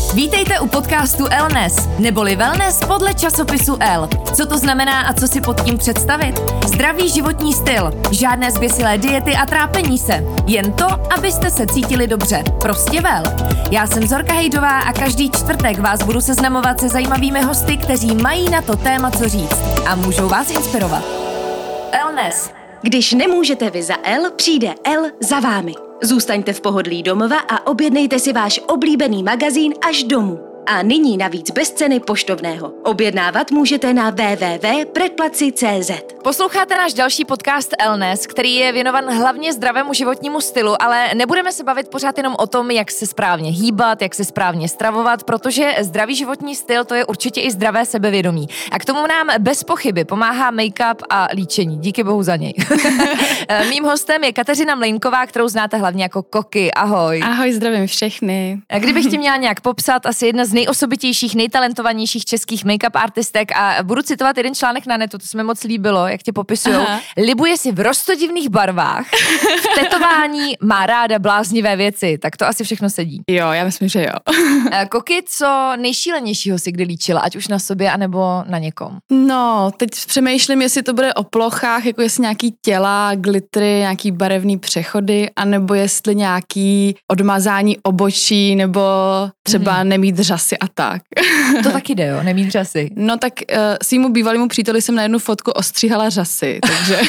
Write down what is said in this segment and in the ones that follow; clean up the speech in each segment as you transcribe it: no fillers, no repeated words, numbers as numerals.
Vítejte u podcastu Elnes, neboli wellness podle časopisu Elle. Co to znamená a co si pod tím představit? Zdravý životní styl, žádné zběsilé diety a trápení se. Jen to, abyste se cítili dobře. Prostě well. Já jsem Zorka Hejdová a každý čtvrtek vás budu seznamovat se zajímavými hosty, kteří mají na to téma co říct a můžou vás inspirovat. Elnes. Když nemůžete vy za Elle, přijde Elle za vámi. Zůstaňte v pohodlí domova a objednejte si váš oblíbený magazín až domů. A nyní navíc bez ceny poštovného. Objednávat můžete na www.predplaci.cz. Posloucháte náš další podcast Elnes, který je věnovan hlavně zdravému životnímu stylu, ale nebudeme se bavit pořád jenom o tom, jak se správně hýbat, jak se správně stravovat, protože zdravý životní styl to je určitě i zdravé sebevědomí. A k tomu nám bez pochyby pomáhá make-up a líčení. Díky bohu za něj. Mým hostem je Kateřina Mlejnková, kterou znáte hlavně jako Koky. Ahoj. Ahoj, zdravím všechny. A kdybych tě měla nějak popsat, asi jedna z nejosobitějších, nejtalentovanějších českých make-up artistek a budu citovat jeden článek na netu, to se mi moc líbilo, jak tě popisujou. Libuje si v roztodivných barvách, v tetování, má ráda bláznivé věci, tak to asi všechno sedí. Jo, já myslím, že jo. Koky, co nejšílenějšího si kdy líčila, ať už na sobě, anebo na někom? No, teď přemýšlím, jestli to bude o plochách, jako jestli nějaký těla, glitry, nějaký barevný přechody, anebo jestli nějaký odmazání obočí, nebo třeba nemít řasy a tak. To taky jde, jo, nemít řasy. No tak svýmu bývalému příteli jsem na jednu fotku ostříhala řasy, takže...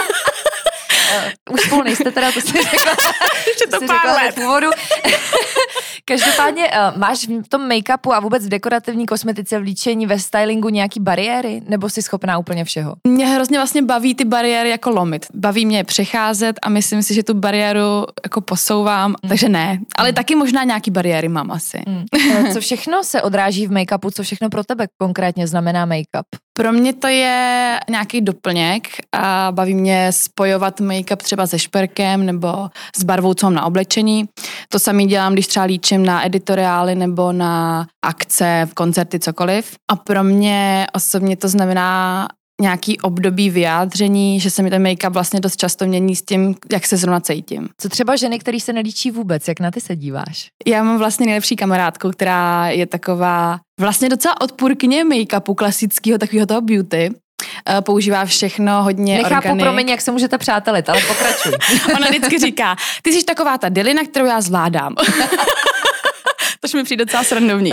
Už spolu nejste teda, to si řekla. Ještě to pár let. Původu. Každopádně máš v tom make-upu a vůbec v dekorativní kosmetice, v líčení, ve stylingu nějaký bariéry, nebo jsi schopná úplně všeho? Mě hrozně vlastně baví ty bariéry jako lomit. Baví mě přecházet a myslím si, že tu bariéru jako posouvám, takže ne. Ale taky možná nějaký bariéry mám asi. Co všechno se odráží v make-upu, co všechno pro tebe konkrétně znamená make-up? Pro mě to je nějaký doplněk a baví mě spojovat make-up třeba se šperkem nebo s barvou, co mám na oblečení. To samý dělám, když třeba líčím na editoriály nebo na akce, koncerty, cokoliv. A pro mě osobně to znamená nějaký období vyjádření, že se mi ten make-up vlastně dost často mění s tím, jak se zrovna cítím. Co třeba ženy, který se nelíčí vůbec, jak na ty se díváš? Já mám vlastně nejlepší kamarádku, která je taková vlastně docela odpůrkyně make-upu klasického, takového toho beauty. Používá všechno hodně organik. Nechápu, promiň, jak se můžete přátelit, ale pokračuj. Ona vždycky říká, ty jsi taková ta Dylina, kterou já zvládám. Tož mi přijde docela srandovní.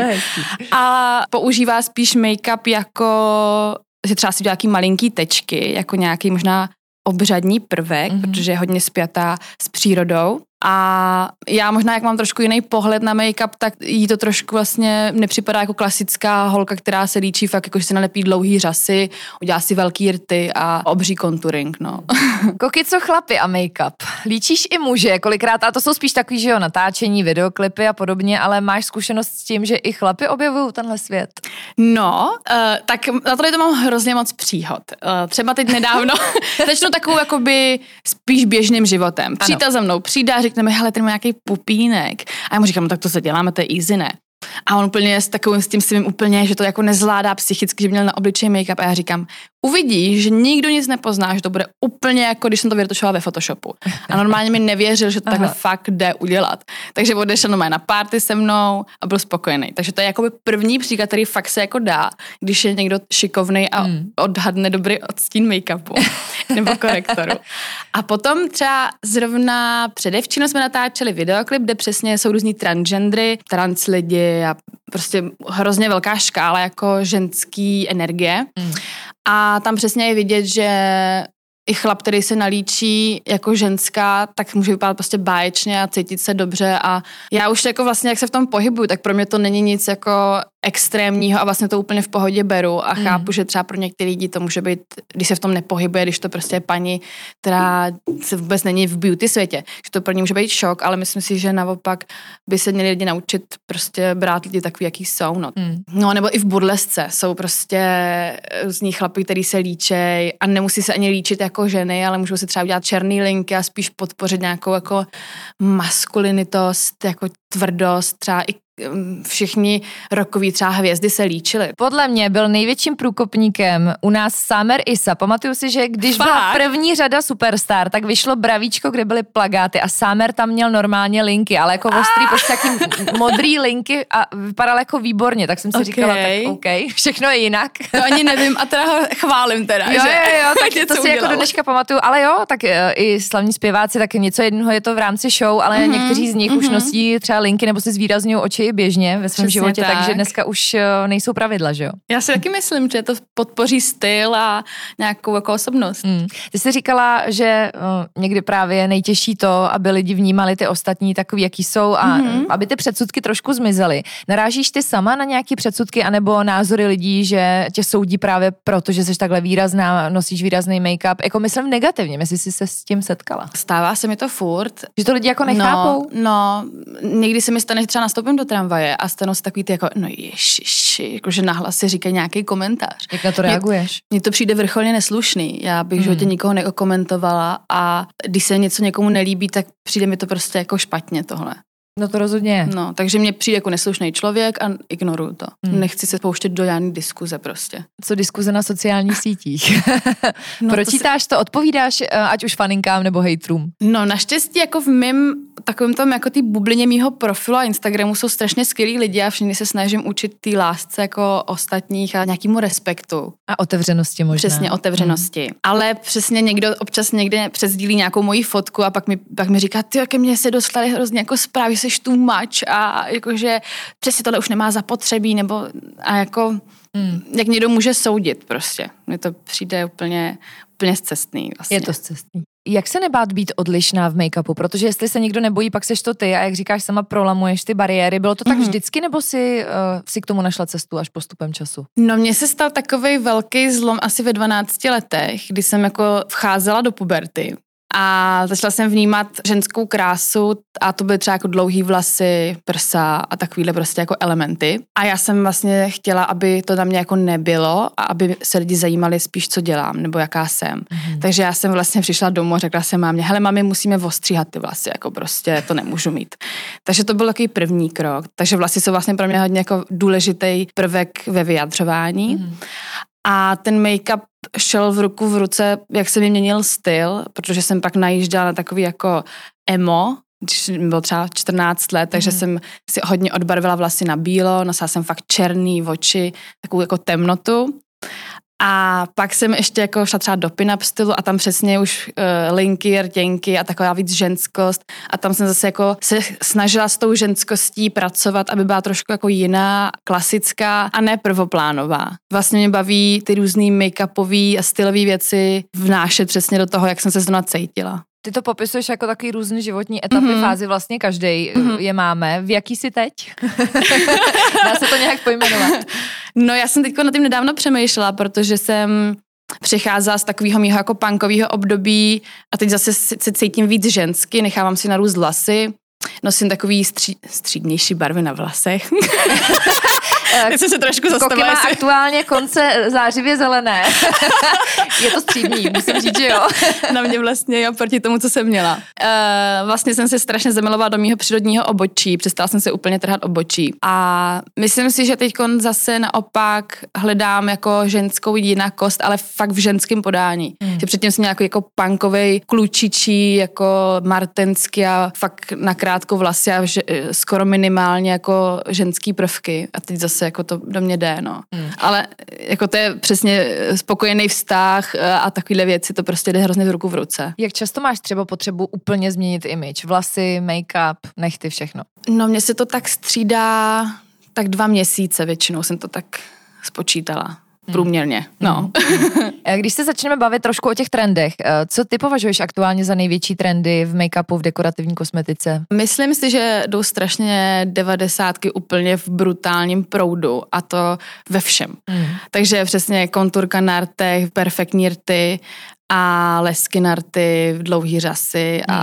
A používá spíš make-up jako, že třeba si dělá nějaký malinký tečky, jako nějaký možná obřadní prvek, protože je hodně spjatá s přírodou. A já možná, jak mám trošku jiný pohled na make-up, tak jí to trošku vlastně nepřipadá jako klasická holka, která se líčí fakt, jako že se nalepí dlouhý řasy, udělá si velký rty a obří konturing, no. Koky, co chlapy a make-up? Líčíš i muže kolikrát, a to jsou spíš takový, že jo, natáčení, videoklipy a podobně, ale máš zkušenost s tím, že i chlapy objevují tenhle svět? No, tak na tohle to mám hrozně moc příhod. Třeba teď nedávno začnu takovou jakoby spíš běžným životem. Přítel za mnou přijde a řekne mi, hele, tady má nějaký pupínek. A já mu říkám, no, tak to se děláme, to je easy, ne? A on úplně s takovým s tím svým úplně, že to jako nezvládá psychicky, že měl na obličeji make-up a já říkám, uvidíš, že nikdo nic nepozná, že to bude úplně jako, když jsem to vyretušovala ve Photoshopu. A normálně mi nevěřil, že to takhle fakt jde udělat. Takže odešel normálně na party se mnou a byl spokojený. Takže to je jakoby první příklad, který fakt se jako dá, když je někdo šikovnej a odhadne dobrý odstín make-upu nebo korektoru. A potom třeba zrovna předevčinu jsme natáčeli videoklip, kde přesně jsou různý transgendry, trans lidi a prostě hrozně velká škála jako ženský energie. A tam přesně je vidět, že i chlap, který se nalíčí jako ženská, tak může vypadat prostě báječně a cítit se dobře a já už jako vlastně, jak se v tom pohybuju, tak pro mě to není nic jako extrémního a vlastně to úplně v pohodě beru a chápu, že třeba pro některé lidi to může být, když se v tom nepohybuje, když to prostě je paní, která se vůbec není v beauty světě, že to pro ně může být šok, ale myslím si, že naopak by se měli lidi naučit prostě brát lidi takový, jaký jsou. No nebo i v burlesce jsou prostě různí chlapi, který se líčej a nemusí se ani líčit jako ženy, ale můžou si třeba udělat černý linky a spíš podpořit nějakou jako maskulinitost, jako tvrdost, třeba i všichni rockoví třeba hvězdy se líčily. Podle mě byl největším průkopníkem u nás Summer Issa. Pamatuju si, že když byla první řada Superstar, tak vyšlo bravíčko, kde byly plagáty a Summer tam měl normálně linky, ale jako ostrý, prostě taky modrý linky a vypadal jako výborně, tak jsem si říkala, tak OK, všechno je jinak. To ani nevím a teda ho chválím teda, jo, že? Jo, tak to si jako do dneška pamatuju, ale jo, tak i slavní zpěváci, tak něco jednoho je to v rámci show, ale někteří z nich už nosí třeba linky nebo si zvýrazňují oči běžně ve svém životě, tak. Takže dneska už nejsou pravidla, že jo? Já si taky myslím, že to podpoří styl a nějakou jako osobnost. Ty jsi říkala, že někdy právě je nejtěžší to, aby lidi vnímali ty ostatní takový, jaký jsou a aby ty předsudky trošku zmizely. Narážíš ty sama na nějaký předsudky anebo názory lidí, že tě soudí právě proto, že jsi takhle výrazná, nosíš výrazný make-up, jako myslím negativně, jestli jsi se s tím setkala. Stává se mi to furt. Že to lidi jako nechápou? No, někdy se mi stane, že třeba nastoupím do tramvaje a stanou se takový ty jako, no ježiši, jakože nahlas si říkají nějaký komentář. Jak na to reaguješ? Mně to přijde vrcholně neslušný. Já bych v životě nikoho neokomentovala a když se něco někomu nelíbí, tak přijde mi to prostě jako špatně tohle. No to rozhodně. No, takže mě přijde jako neslušný člověk a ignoruju to. Nechci se pouštět do žádný diskuze prostě. Co diskuze na sociálních sítích? Pročítáš to, odpovídáš ať už faninkám nebo hejtrům? No naštěstí jako v mým takovým tom jako té bublině mýho profilu a Instagramu jsou strašně skvělí lidi a všichni se snažím učit té lásce jako ostatních a nějakému respektu. A otevřenosti možná. Přesně, otevřenosti. Ale přesně někdo občas někde přesdílí nějakou moji fotku a pak mi říká, ty, ke mně se dostaly hrozně jako zprávy, seš too much a jakože přesně tohle už nemá zapotřebí nebo a jako jak někdo může soudit prostě. Mně to přijde úplně scestný vlastně. Je to scestný. Jak se nebát být odlišná v make-upu? Protože jestli se nikdo nebojí, pak seš to ty a jak říkáš, sama prolamuješ ty bariéry. Bylo to tak vždycky, nebo si k tomu našla cestu až postupem času? No mně se stal takovej velký zlom asi ve 12 letech, kdy jsem jako vcházela do puberty. A začala jsem vnímat ženskou krásu a to byly třeba jako dlouhý vlasy, prsa a takovýhle prostě jako elementy. A já jsem vlastně chtěla, aby to na mě jako nebylo a aby se lidi zajímali spíš, co dělám nebo jaká jsem. Takže já jsem vlastně přišla domů a řekla jsem mámě, hele mami, musíme ostříhat ty vlasy, jako prostě to nemůžu mít. Takže to byl takový první krok. Takže vlasy jsou vlastně pro mě hodně jako důležitý prvek ve vyjadřování. A ten make-up šel v ruku v ruce, jak se mi měnil styl, protože jsem pak najížděla na takový jako emo, když bylo třeba 14 let, takže jsem si hodně odbarvila vlasy na bílo, nosila jsem fakt černý oči, takovou jako temnotu. A pak jsem ještě jako šla třeba do pin-up stylu a tam přesně už linky, rtěnky a taková víc ženskost a tam jsem zase jako se snažila s tou ženskostí pracovat, aby byla trošku jako jiná, klasická a ne prvoplánová. Vlastně mě baví ty různý make-upový a stylový věci vnášet přesně do toho, jak jsem se zrovna cítila. Ty to popisuješ jako takový různý životní etapy, fázy, vlastně každej je máme. V jaký jsi teď? Dá se to nějak pojmenovat? No já jsem teďko na tím nedávno přemýšlela, protože jsem přicházela z takového mýho jako punkového období a teď zase se cítím víc žensky, nechávám si narůst vlasy, nosím takový střídnější barvy na vlasech. Já jsem se trošku zastavila. Koky má aktuálně konce zářivě zelené. Je to střídní, musím říct, že jo. Na mě vlastně, jo, proti tomu, co jsem měla. Vlastně jsem se strašně zamilovala do mýho přírodního obočí, přestala jsem se úplně trhat obočí. A myslím si, že teď zase naopak hledám jako ženskou jinakost, ale fakt v ženském podání. Že předtím jsem měla jako punkovej, klučičí, jako martenský a fakt na krátkou vlasy a skoro minimálně jako ženský prvky. A teď zase jako to do mě jde, no. Ale jako to je přesně spokojený vztah a takovýhle věci, to prostě jde hrozně z ruku v ruce. Jak často máš třeba potřebu úplně změnit image? Vlasy, make-up, nechty, všechno? No mně se to tak střídá tak 2 měsíce většinou jsem to tak spočítala. Průměrně, no. Když se začneme bavit trošku o těch trendech, co ty považuješ aktuálně za největší trendy v make-upu, v dekorativní kosmetice? Myslím si, že jdou strašně 90 úplně v brutálním proudu a to ve všem. Takže přesně konturka na rtech, perfektní rty a lesky na rty, dlouhý řasy a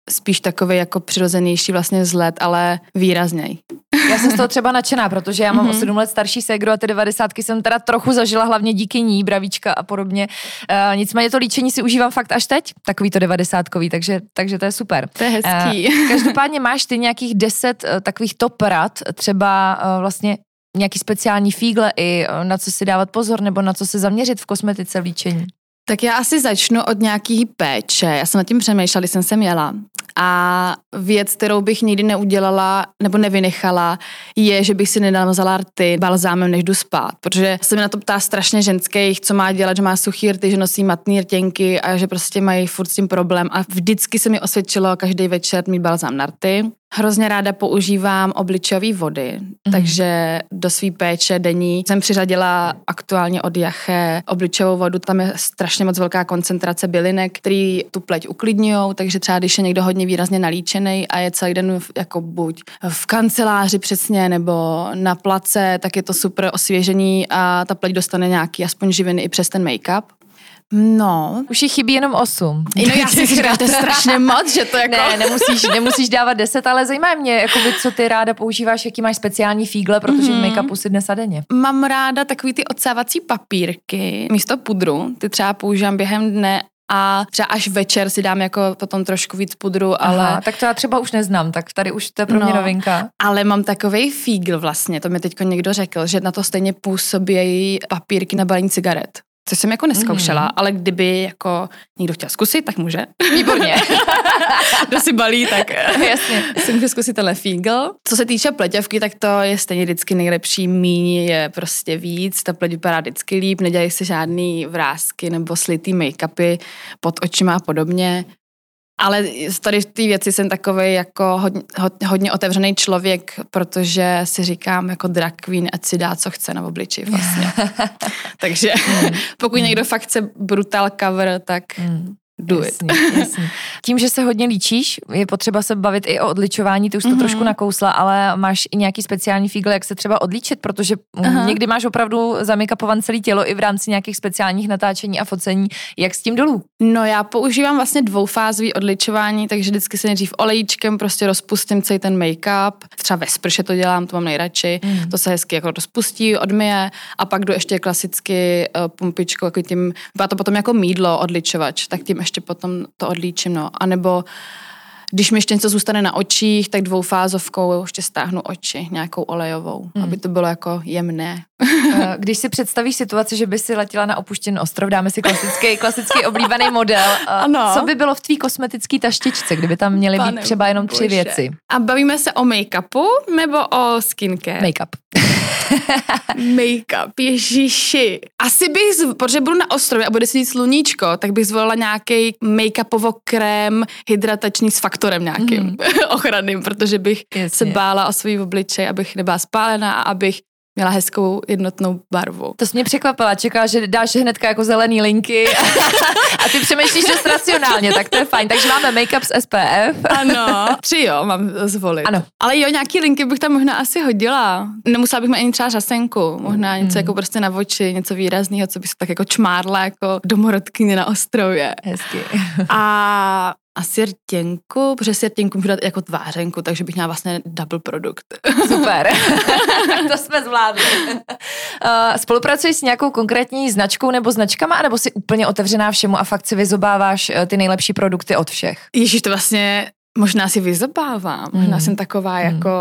spíš takový jako přirozenější vlastně vzhled, ale výrazněj. Já jsem z toho třeba nadšená, protože já mám o 7 let starší ségru a ty 90ky jsem teda trochu zažila, hlavně díky ní, bravíčka a podobně. Nicméně to líčení si užívám fakt až teď, takový to 90kový, takže to je super. To je hezký. Každopádně máš ty nějakých 10 takových top rad, třeba vlastně nějaký speciální fígle i na co si dávat pozor nebo na co se zaměřit v kosmetice v líčení? Tak já asi začnu od nějaký péče. Já jsem nad tím přemýšlela, když jsem sem jela. A věc, kterou bych nikdy neudělala nebo nevynechala, je, že bych si nenamazala rty balzámem, než jdu spát. Protože se mi na to ptá strašně ženských, co má dělat, že má suchý rty, že nosí matný rtěnky a že prostě mají furt s tím problém. A vždycky se mi osvědčilo každý večer mít balzám na rty. Hrozně ráda používám obličejové vody, takže do své péče denní jsem přiřadila aktuálně od Jache obličejovou vodu. Tam je strašně moc velká koncentrace bylinek, který tu pleť uklidňujou, takže třeba když je někdo hodně výrazně nalíčený a je celý den jako buď v kanceláři přesně nebo na place, tak je to super osvěžení a ta pleť dostane nějaký aspoň živiny i přes ten make-up. No. Už jí chybí jenom 8. No já si říkám, to je strašně moc, že to jako... Ne, nemusíš dávat 10, ale zajímá mě, jakoby, co ty ráda používáš, jaký máš speciální fígle, protože v make-upu si dnes a denně. Mám ráda takový ty odsávací papírky, místo pudru, ty třeba používám během dne a třeba až večer si dám jako potom trošku víc pudru, ale... Aha, tak to já třeba už neznám, tak tady už to je pro mě novinka. Ale mám takovej fígl vlastně, to mi teďko někdo řekl, že na to stejně působí papírky na balení cigaret. Což jsem jako neskoušela, ale kdyby jako někdo chtěl zkusit, tak může. Výborně. Kdo si balí, tak jasně. Si může zkusit tenhle fígl. Co se týče pleťovky, tak to je stejně vždycky nejlepší, míň je prostě víc, ta pleť vypadá vždycky líp, nedělají se žádný vrásky nebo slitý make-upy pod očima a podobně. Ale tady v té věci jsem takovej jako hodně otevřený člověk, protože si říkám jako drag queen, ať si dá, co chce na obličeji vlastně. Takže pokud někdo fakt chce brutal cover, tak do it. Jasně. Tím, že se hodně líčíš, je potřeba se bavit i o odličování, ty už to trošku nakousla, ale máš i nějaký speciální fígl, jak se třeba odlíčit, protože někdy máš opravdu zamykapovan celé tělo i v rámci nějakých speciálních natáčení a focení. Jak s tím dolů? No já používám vlastně dvoufázový odličování, takže vždycky se nejdřív olejčkem prostě rozpustím celý ten make-up. Třeba ve sprše to dělám, to mám nejradši. To se hezky jako rozpustí, odmyje a pak jdu ještě klasicky pumpičkou, jako tím, byla to potom jako mýdlo odličovač, tak tím ještě potom to odlíčím, no. A nebo když mi ještě něco zůstane na očích, tak dvoufázovkou ještě stáhnu oči, nějakou olejovou, aby to bylo jako jemné. Když si představíš situaci, že by si letěla na opuštěný ostrov, dáme si klasický oblíbený model. Ano. Co by bylo v tvý kosmetické taštičce, kdyby tam měly být třeba jenom 3 věci? A bavíme se o make-upu nebo o skincare? Make-up. Make-up, ježiši. Asi bych, protože budu na ostrově a bude si jít sluníčko, tak bych zvolila nějaký make-upovo krém hydratační s faktorem nějakým ochranným, protože bych se bála o svůj obličej, abych nebyla spálená a abych měla hezkou jednotnou barvu. To jsi mě překvapila, čekala, že dáš hnedka jako zelený linky a ty přemýšlíš dost racionálně, tak to je fajn. Takže máme make-up s SPF. Ano, 3 mám zvolit. Ano. Ale jo, nějaký linky bych tam možná asi hodila. Nemusela bych mít ani třeba řasenku, možná něco jako prostě na oči, něco výrazného, co by se tak jako čmárla jako domorodkyně na ostrově. Hezky. A asi rtěnku, protože si rtěnku můžu dát jako tvářenku, takže bych měla vlastně double produkt. Super. To jsme zvládli. Spolupracuješ s nějakou konkrétní značkou nebo značkama, anebo jsi úplně otevřená všemu a fakt si vyzobáváš ty nejlepší produkty od všech? Ježíš, to vlastně možná si vyzobávám. Možná jsem taková jako...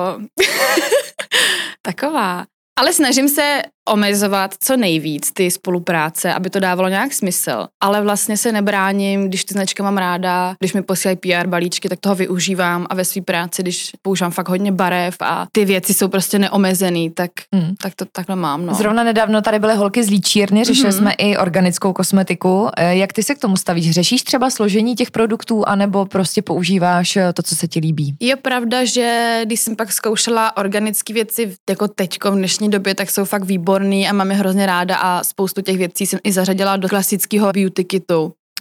taková. Ale snažím se omezovat co nejvíc ty spolupráce, aby to dávalo nějak smysl. Ale vlastně se nebráním, když ty značky mám ráda, když mi posílají PR balíčky, tak toho využívám a ve své práci, když používám fakt hodně barev a ty věci jsou prostě neomezený, tak to takhle mám. No. Zrovna nedávno tady byly holky z líčírny, řešili jsme i organickou kosmetiku. Jak ty se k tomu stavíš? Řešíš třeba složení těch produktů, anebo prostě používáš to, co se ti líbí? Je pravda, že když jsem pak zkoušela organické věci jako teďko v dnešní době, tak jsou fakt výborný a mám je hrozně ráda a spoustu těch věcí jsem i zařadila do klasického beauty kitu.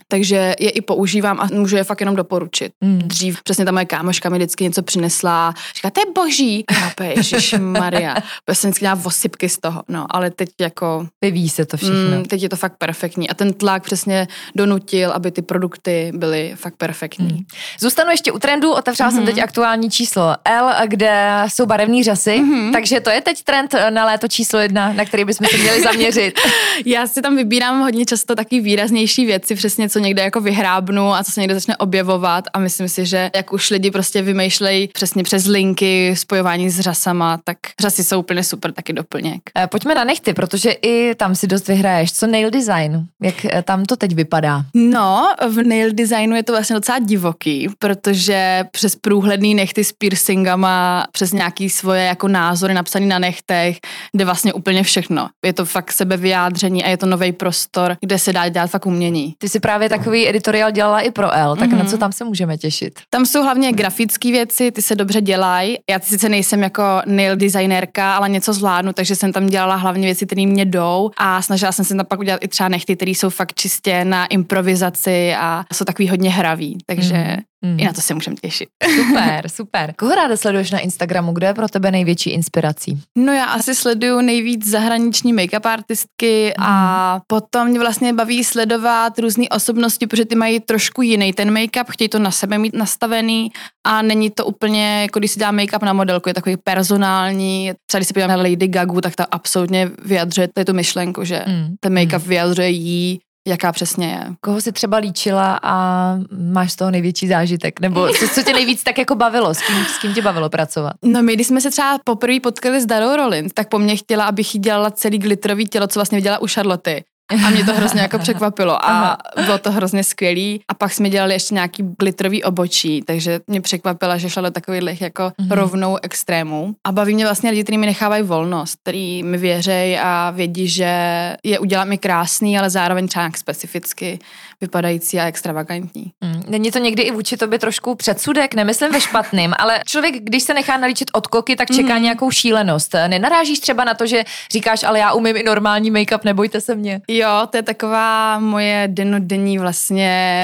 takže je i používám a můžu je fakt jenom doporučit. Dřív přesně ta moje kámoška mi vždycky něco přinesla, říká, to je boží. A ježišmarja, já jsem vždycky dělala osypky z toho, no, ale teď jako... Vyvíjí se to všechno. Teď je to fakt perfektní a ten tlak přesně donutil, aby ty produkty byly fakt perfektní. Zůstanu ještě u trendu, otevřela jsem teď aktuální číslo L, kde jsou barevné řasy, takže to je teď trend na léto číslo 1, na který bychom se měli zaměřit. Já si tam vybírám hodně často taky výraznější věci, přesně co někde jako vyhrábnu a co se někde začne objevovat a myslím si, že jak už lidi prostě vymýšlejí přesně přes linky, spojování s řasama, tak řasy jsou úplně super taky doplněk. Pojďme na nechty, protože i tam si dost vyhraješ. Co nail design? Jak tam to teď vypadá? No, v nail designu je to vlastně docela divoký, protože přes průhledný nechty s piercingama, přes nějaký svoje jako názory napsaný na nechtech, jde vlastně úplně všechno. Je to fakt sebevyjádření a je to nový prostor, kde se dá dělat fakt umění. Ty si právě takový editoriál dělala i pro L, tak na co tam se můžeme těšit? Tam jsou hlavně grafické věci, ty se dobře dělají. Já sice nejsem jako nail designérka, ale něco zvládnu, takže jsem tam dělala hlavně věci, které mě jdou a snažila jsem se tam pak udělat i třeba nechty, které jsou fakt čistě na improvizaci a jsou takový hodně hraví, takže i na to se můžeme těšit. Super, super. Koho ráda sleduješ na Instagramu? Kdo je pro tebe největší inspirací? No já asi sleduju nejvíc zahraniční make-up artistky a potom mě vlastně baví sledovat různé osobnosti, protože ty mají trošku jiný ten make-up, chtějí to na sebe mít nastavený a není to úplně, jako když si dá make-up na modelku, je takový personální. Třeba když se podívám na Lady Gagu, tak ta absolutně vyjadřuje tu myšlenku, že ten make-up vyjadřuje jí, jaká přesně je. Koho jsi třeba líčila a máš z toho největší zážitek? Nebo co tě nejvíc tak jako bavilo? S kým tě bavilo pracovat? No my, když jsme se třeba poprvé potkali s Darou Rollins, tak po mně chtěla, abych jí dělala celý glitterový tělo, co vlastně dělala u Charloty. A mě to hrozně jako překvapilo a bylo to hrozně skvělý. A pak jsme dělali ještě nějaký glitterový obočí, takže mě překvapila, že šla do takových jako rovnou extrémů. A baví mě vlastně lidi, kteří mi nechávají volnost, kteří mi věří a vědí, že je udělám i krásný, ale zároveň třeba nějak specificky vypadající a extravagantní. Není to někdy i vůči tobě trošku předsudek? Nemyslím ve špatným, ale člověk, když se nechá nalíčit od koky, tak čeká nějakou šílenost. Nenarážíš třeba na to, že říkáš, ale já umím i normální make-up, nebojte se mě. Jo, to je taková moje dennodenní vlastně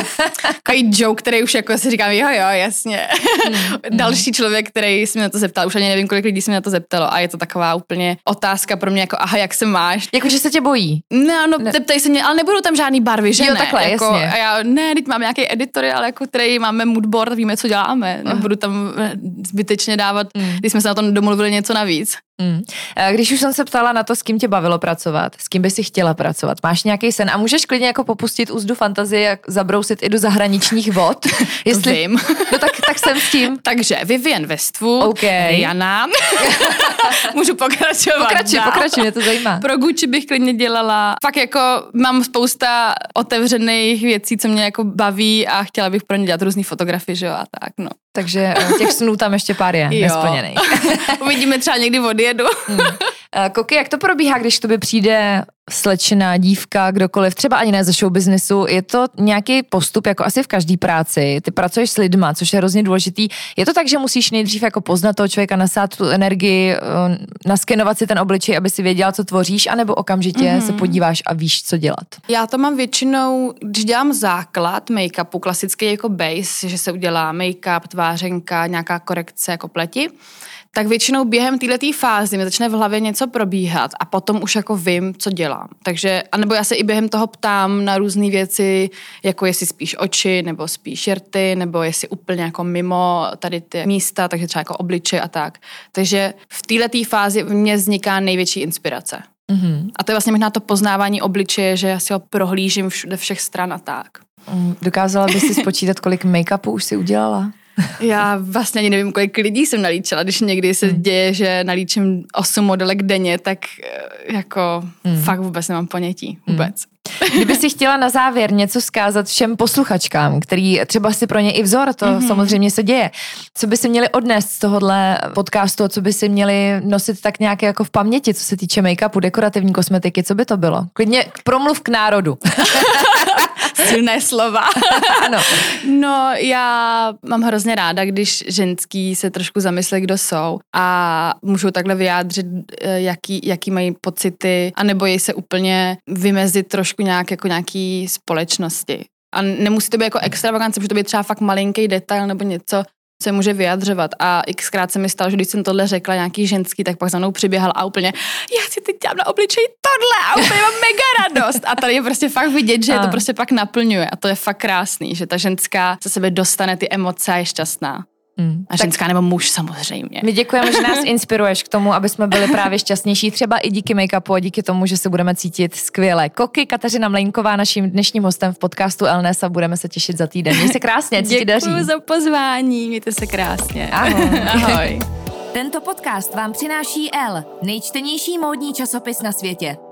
takový joke, který už jako si říkám, jo, jasně. Další člověk, který se mě na to zeptal, už ani nevím, kolik lidí se mě na to zeptalo a je to taková úplně otázka pro mě, jako aha, jak se máš? Jakože se tě bojí? No, zeptají se mě, ale nebudou tam žádný barvy, že jo, ne? Takhle, jako, jasně. A já, ne, teď mám nějaký editoriál, jako který máme moodboard, víme, co děláme. Nebudu tam zbytečně dávat, když jsme se na tom domluvili něco navíc. Když už jsem se ptala na to, s kým tě bavilo pracovat, s kým by si chtěla pracovat, máš nějaký sen a můžeš klidně jako popustit úzdu fantazie a zabrousit i do zahraničních vod? Jestli vím. No tak jsem s tím. Takže Vivienne Westwood, Rihanna. Můžu pokračovat. Pokračuj, mě to zajímá. Pro Gucci bych klidně dělala. Fakt jako mám spousta otevřených věcí, co mě jako baví a chtěla bych pro ně dělat různý fotografie, že jo, a tak, no. Takže těch snů tam ještě pár je nesplněných. Uvidíme, třeba někdy odjedu. Koky, jak to probíhá, když k tobě přijde slečna, dívka, kdokoliv, třeba ani ne ze showbiznesu, je to nějaký postup, jako asi v každé práci, ty pracuješ s lidma, což je hrozně důležitý. Je to tak, že musíš nejdřív jako poznat toho člověka, nasát tu energii, naskenovat si ten obličej, aby si věděla, co tvoříš, anebo okamžitě se podíváš a víš, co dělat? Já to mám většinou, když dělám základ make-upu, klasický jako base, že se udělá make-up, tvářenka, nějaká korekce jako pleti, tak většinou během této fázy mi začne v hlavě něco probíhat a potom už jako vím, co dělám. Takže, anebo já se i během toho ptám na různé věci, jako jestli spíš oči, nebo spíš rty, nebo jestli úplně jako mimo tady ty místa, takže třeba jako obličej a tak. Takže v této fázi v mně vzniká největší inspirace. A to je vlastně možná to poznávání obličeje, že já si ho prohlížím ze všech stran a tak. Dokázala bys si spočítat, kolik make-upu už si udělala? Já vlastně ani nevím, kolik lidí jsem nalíčila. Když někdy se děje, že nalíčím 8 modelek denně, tak jako fakt vůbec nemám ponětí. Vůbec. Kdyby si chtěla na závěr něco vzkázat všem posluchačkám, který třeba si pro ně i vzor, to samozřejmě se děje. Co by si měli odnést z tohohle podcastu, co by si měli nosit tak nějak jako v paměti, co se týče make-upu, dekorativní kosmetiky, co by to bylo? Klidně promluv k národu. Silné slova. Ano. No, já mám hrozně ráda, když ženský se trošku zamyslí, kdo jsou a můžou takhle vyjádřit, jaký mají pocity a nebojí se úplně vymezit trošku nějak jako nějaký společnosti. A nemusí to být jako extravagance, může to být třeba fakt malinký detail nebo něco, co může vyjadřovat. A xkrát se mi stalo, že když jsem tohle řekla nějaký ženský, tak pak za mnou přiběhal a úplně, já si teď dělám na obličeji tohle a úplně mám mega radost. A tady je prostě fakt vidět, že je to prostě pak naplňuje. A to je fakt krásný, že ta ženská za sebe dostane ty emoce a je šťastná. A ženská nebo muž samozřejmě. My děkujeme, že nás inspiruješ k tomu, aby jsme byli právě šťastnější, třeba i díky make-upu a díky tomu, že se budeme cítit skvěle. Koky, Kateřina Mlejnková, naším dnešním hostem v podcastu Elnes a budeme se těšit za týden. Měj se krásně, ať ti daří. Děkuji za pozvání, mějte se krásně. Ahoj. Ahoj. Tento podcast vám přináší Elle, nejčtenější módní časopis na světě.